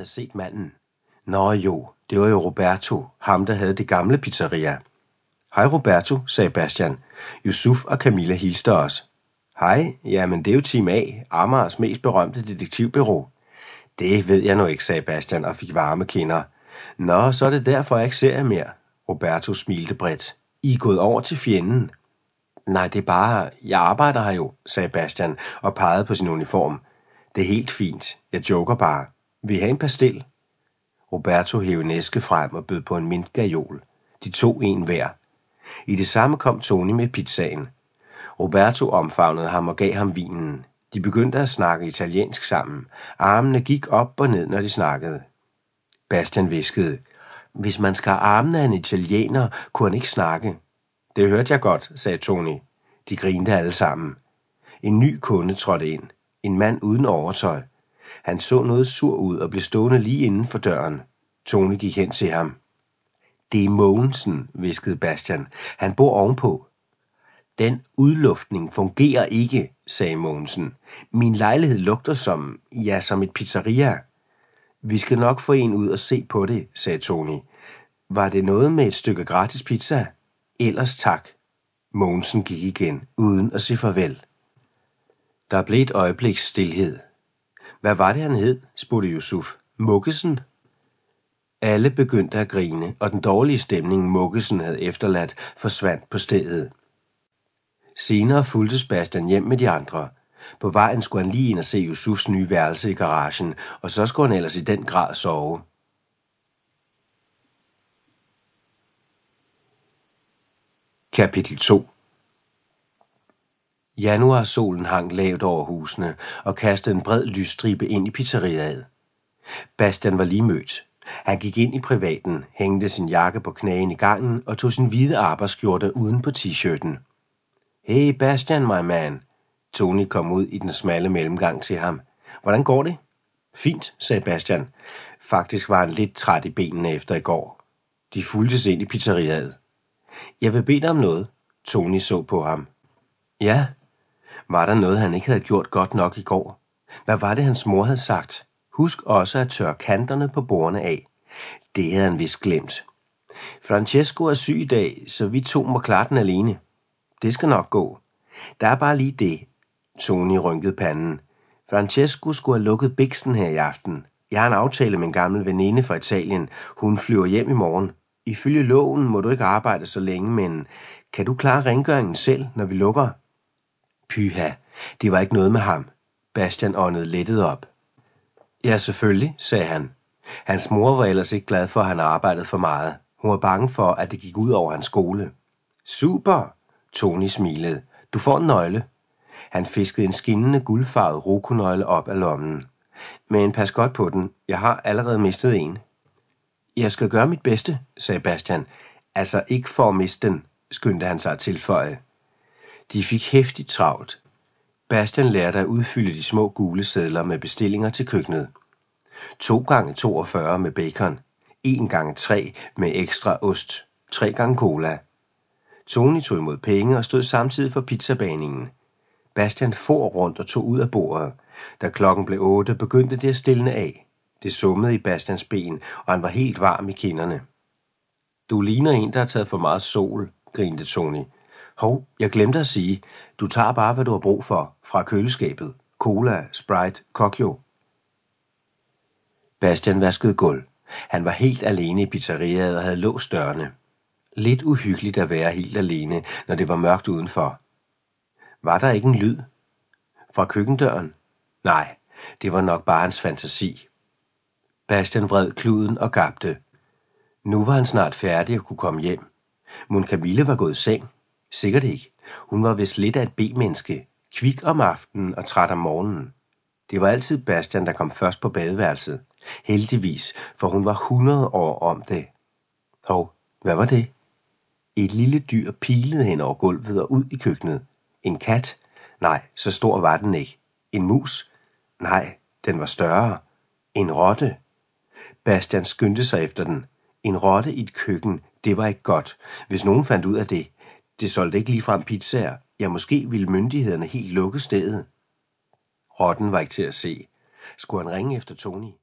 havde set manden. Nå jo, det var jo Roberto, ham der havde det gamle pizzeria. Hej Roberto, sagde Bastian. Yusuf og Camilla hilste os. Hej, jamen det er jo Team A, Amagers mest berømte detektivbureau. Det ved jeg nu ikke, sagde Bastian og fik varme kinder. Nå, så er det derfor, jeg ikke ser jer mere. Roberto smilte bredt. I er gået over til fjenden. Nej, det er bare, jeg arbejder her jo, sagde Bastian og pegede på sin uniform. Det er helt fint, jeg joker bare. Vil I have en pastil? Roberto hævde en æske frem og bød på en mintgajol. De tog en hver. I det samme kom Tony med pizzaen. Roberto omfavnede ham og gav ham vinen. De begyndte at snakke italiensk sammen. Armene gik op og ned, når de snakkede. Bastian hviskede. Hvis man skar armene af en italiener, kunne han ikke snakke. Det hørte jeg godt, sagde Tony. De grinte alle sammen. En ny kunde trådte ind. En mand uden overtøj. Han så noget sur ud og blev stående lige inden for døren. Tony gik hen til ham. Det er Mogensen, hviskede Bastian. Han bor ovenpå. Den udluftning fungerer ikke, sagde Mogensen. Min lejlighed lugter som et pizzeria. Vi skal nok få en ud og se på det, sagde Tony. Var det noget med et stykke gratis pizza? Ellers tak. Mogensen gik igen, uden at sige farvel. Der blev et øjebliks stilhed. Hvad var det, han hed? Spurgte Yusuf. Muggesen? Alle begyndte at grine, og den dårlige stemning, Muggesen havde efterladt, forsvandt på stedet. Senere fulgtes Bastian hjem med de andre. På vejen skulle han lige ind og se Yusufs nye værelse i garagen, og så skulle han ellers i den grad sove. Kapitel 2. Januarsolen hang lavt over husene og kastede en bred lysstribe ind i pizzeriaet. Bastian var lige mødt. Han gik ind i privaten, hængte sin jakke på knæen i gangen og tog sin hvide arbejdsskjorte uden på t-shirten. Hey Bastian, my man. Tony kom ud i den smalle mellemgang til ham. Hvordan går det? Fint, sagde Bastian. Faktisk var han lidt træt i benene efter i går. De fulgtes ind i pizzeriaet. Jeg vil bede dig om noget. Tony så på ham. Ja. Var der noget, han ikke havde gjort godt nok i går? Hvad var det, hans mor havde sagt? Husk også at tørre kanterne på bordene af. Det havde han vist glemt. Francesco er syg i dag, så vi to må klare den alene. Det skal nok gå. Der er bare lige det. Tony rynkede panden. Francesco skulle have lukket biksen her i aften. Jeg har en aftale med en gammel veninde fra Italien. Hun flyver hjem i morgen. Ifølge loven må du ikke arbejde så længe, men kan du klare rengøringen selv, når vi lukker? Pyha, det var ikke noget med ham. Bastian åndede lettet op. Ja, selvfølgelig, sagde han. Hans mor var ellers ikke glad for, at han arbejdede for meget. Hun var bange for, at det gik ud over hans skole. Super, Tony smilede. Du får en nøgle. Han fiskede en skinnende guldfarvet rokonøgle op af lommen. Men pas godt på den. Jeg har allerede mistet en. Jeg skal gøre mit bedste, sagde Bastian. Altså ikke for at miste den, skyndte han sig at tilføje. De fik hæftigt travlt. Bastian lærte at udfylde de små gule sedler med bestillinger til køkkenet. 2x42 med bacon. 1x3 med ekstra ost. 3x cola. Tony tog imod penge og stod samtidig for pizzabaningen. Bastian for rundt og tog ud af bordet. Da klokken blev 8, begyndte det at stilne af. Det summede i Bastians ben, og han var helt varm i kinderne. Du ligner en, der har taget for meget sol, grinte Tony. Hov, jeg glemte at sige, du tager bare, hvad du har brug for, fra køleskabet. Cola, Sprite, Cocktail. Bastian vaskede gulv. Han var helt alene i pizzeriaet og havde låst dørene. Lidt uhyggeligt at være helt alene, når det var mørkt udenfor. Var der ikke en lyd? Fra køkkendøren? Nej, det var nok bare hans fantasi. Bastian vred kluden og gabte. Nu var han snart færdig og kunne komme hjem. Mon Camille var gået i seng? Sikkert ikke. Hun var vist lidt af et B-menneske. Kvik om aftenen og træt om morgenen. Det var altid Bastian, der kom først på badeværelset. Heldigvis, for hun var 100 år om det. Hov, hvad var det? Et lille dyr pilede hen over gulvet og ud i køkkenet. En kat? Nej, så stor var den ikke. En mus? Nej, den var større. En rotte? Bastian skyndte sig efter den. En rotte i et køkken, det var ikke godt. Hvis nogen fandt ud af det, det solgte ikke ligefrem pizzaer. Ja, måske ville myndighederne helt lukke stedet. Rotten var ikke til at se. Skulle han ringe efter Tony?